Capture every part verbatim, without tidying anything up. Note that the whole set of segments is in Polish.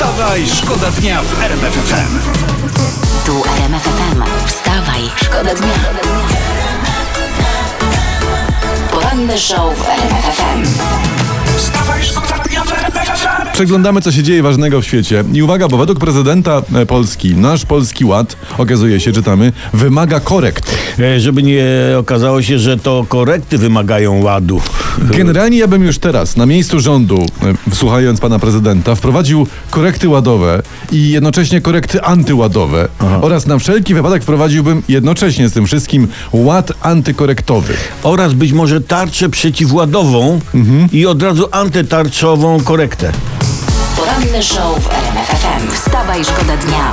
Wstawaj, szkoda dnia w R M F F M. Tu R M F F M. Wstawaj, szkoda dnia. Poranny show w R M F F M. Wstawaj, szkoda dnia w R M F F M. Przeglądamy, co się dzieje ważnego w świecie. I uwaga, bo według prezydenta Polski, nasz Polski Ład, okazuje się, czytamy, wymaga korekt. E, Żeby nie okazało się, że to korekty wymagają ładu. Generalnie ja bym już teraz, na miejscu rządu, e, słuchając pana prezydenta, wprowadził korekty ładowe i jednocześnie korekty antyładowe. Aha. Oraz na wszelki wypadek wprowadziłbym jednocześnie z tym wszystkim ład antykorektowy. Oraz być może tarczę przeciwładową Mhm. i od razu antytarczową korektę. Poranny show w R M F F M. Wstawaj, szkoda dnia.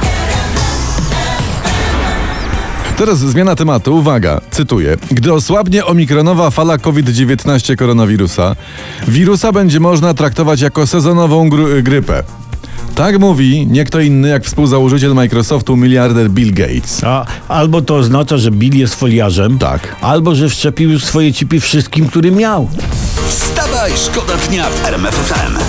Teraz zmiana tematu, uwaga, cytuję. Gdy osłabnie omikronowa fala COVID dziewiętnaście koronawirusa, wirusa będzie można traktować jako sezonową gru- grypę. Tak mówi nie kto inny jak współzałożyciel Microsoftu, miliarder Bill Gates. A, albo to oznacza, że Bill jest foliarzem, Tak. albo że wszczepił już swoje chipy wszystkim, który miał. Wstawaj, szkoda dnia w R M F F M.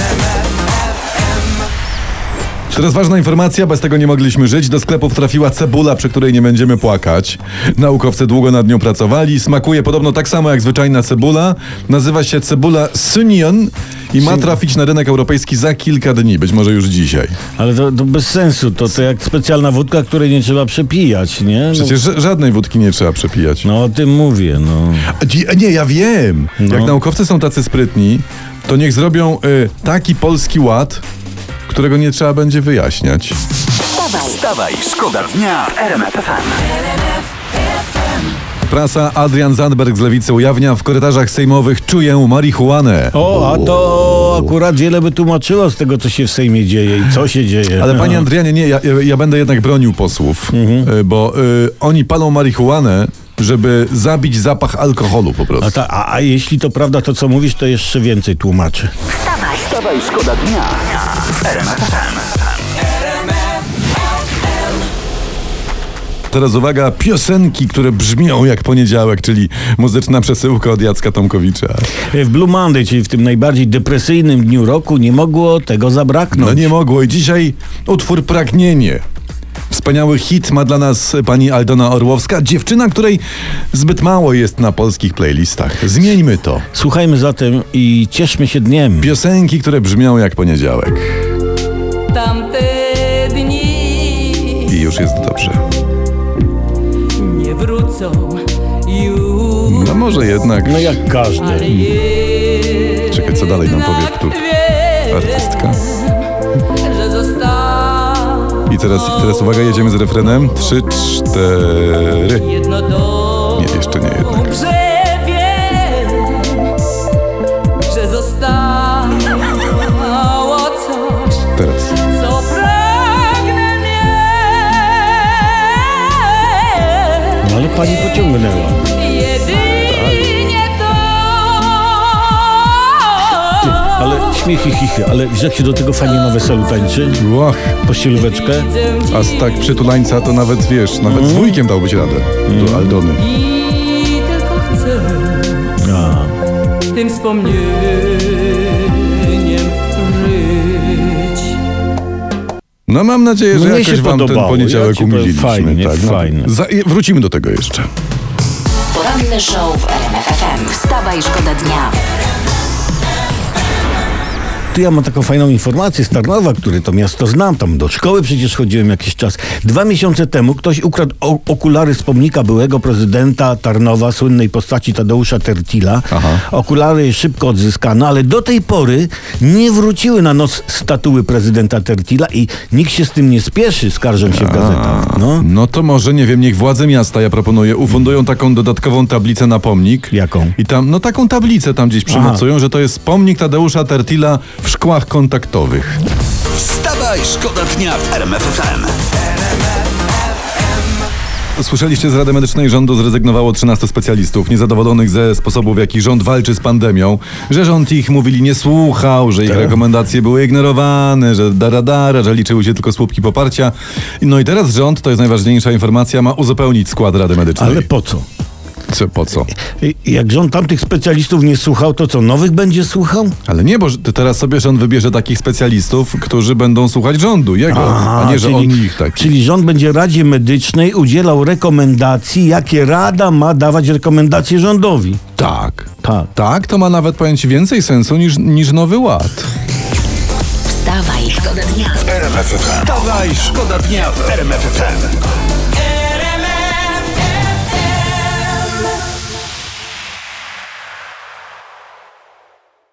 Teraz ważna informacja, bez tego nie mogliśmy żyć. Do sklepów trafiła cebula, przy której nie będziemy płakać. Naukowcy długo nad nią pracowali. Smakuje podobno tak samo jak zwyczajna cebula. Nazywa się cebula Sunion i ma trafić na rynek europejski za kilka dni, być może już dzisiaj. Ale to, to bez sensu, to, to jak specjalna wódka, której nie trzeba przepijać, nie? No, Przecież ża- żadnej wódki nie trzeba przepijać. no o tym mówię, no. A dzi- a nie, ja wiem. No. Jak naukowcy są tacy sprytni, to niech zrobią y, taki polski ład, którego nie trzeba będzie wyjaśniać. Wstawaj. Wstawaj, szkoda dnia w R M F F M. Prasa Adrian Zandberg z Lewicy ujawnia: w korytarzach sejmowych czuję marihuanę. O, a to akurat wiele by tłumaczyło z tego, co się w Sejmie dzieje i co się dzieje. Ale panie Adrianie, nie, ja, ja będę jednak bronił posłów, y, bo y, oni palą marihuanę, żeby zabić zapach alkoholu po A, prostu. ta, a, a jeśli to prawda, to co mówisz, to jeszcze więcej tłumaczy. Wstawaj. Wstawaj, szkoda dnia w R M F F M. Teraz uwaga, piosenki, które brzmią jak poniedziałek, czyli muzyczna przesyłka od Jacka Tomkowicza. W Blue Monday, czyli w tym najbardziej depresyjnym dniu roku, nie mogło tego zabraknąć. No nie mogło i dzisiaj utwór Pragnienie. Wspaniały hit ma dla nas pani Aldona Orłowska, dziewczyna, której zbyt mało jest na polskich playlistach. Zmieńmy to. Słuchajmy zatem i cieszmy się dniem. Piosenki, które brzmią jak poniedziałek. Tamte dni I już jest dobrze. nie wrócą już. No może jednak. No jak każdy. Ale jednak Czekaj, co dalej nam powie tu wiem, artystka? że zostało I teraz, teraz uwaga, jedziemy z refrenem. Trzy, cztery. jedno do Nie, jeszcze nie jednak. że wiem, że zostało coś, Teraz. co pragnę mieć. No ale pani pociągnęła. Jedynie to. Ty, ale śmiechy, chichy, ale wiesz jak się do tego fajnie na weselu tańczy? Łoch, Pościelóweczkę. a z tak przytulańca to nawet, wiesz, nawet z wujkiem dałbyś radę. Do Aldony. I tylko chcę A. tym wspomnieniem żyć. No mam nadzieję, że Mnie jakoś się wam ten podobało. poniedziałek Ja ci powiem, umililiśmy. fajnie, nie? tak, no. Fajnie. Za, wrócimy do tego jeszcze. Poranny show w R M F F M. Wstawaj, szkoda dnia. Tu ja mam taką fajną informację z Tarnowa, który to miasto znam, tam do szkoły przecież chodziłem jakiś czas. Dwa miesiące temu ktoś ukradł o- okulary z pomnika byłego prezydenta Tarnowa, słynnej postaci Tadeusza Tertila. Aha. Okulary szybko odzyskano, ale do tej pory nie wróciły na nos statuły prezydenta Tertila i nikt się z tym nie spieszy, skarżą się w gazetach. No. No to może, nie wiem, niech władze miasta, ja proponuję, ufundują taką dodatkową tablicę na pomnik. Jaką? I tam, no taką tablicę tam gdzieś przymocują, że to jest pomnik Tadeusza Tertila w szkłach kontaktowych. Wstawaj, szkoda dnia w R M F F M. Słyszeliście, z Rady Medycznej rządu zrezygnowało trzynastu specjalistów niezadowolonych ze sposobu, w jaki rząd walczy z pandemią, że rząd ich, mówili, nie słuchał, że ich rekomendacje były ignorowane, że dara dara, że liczyły się tylko słupki poparcia. No i teraz rząd, to jest najważniejsza informacja, ma uzupełnić skład Rady Medycznej. Ale po co? Co, po co? I- Jak rząd tamtych specjalistów nie słuchał, to co, nowych będzie słuchał? Ale nie, bo że- teraz sobie rząd wybierze takich specjalistów, którzy będą słuchać rządu, jego, Aha, a nie, że czyli- on ich tak. Czyli rząd będzie Radzie Medycznej udzielał rekomendacji, jakie Rada ma dawać rekomendacje rządowi. Tak. Tak. Tak, to ma nawet, powiem ci, więcej sensu niż, niż Nowy Ład. Wstawaj, szkoda dnia. Wstawaj, szkoda dnia w R M F F M.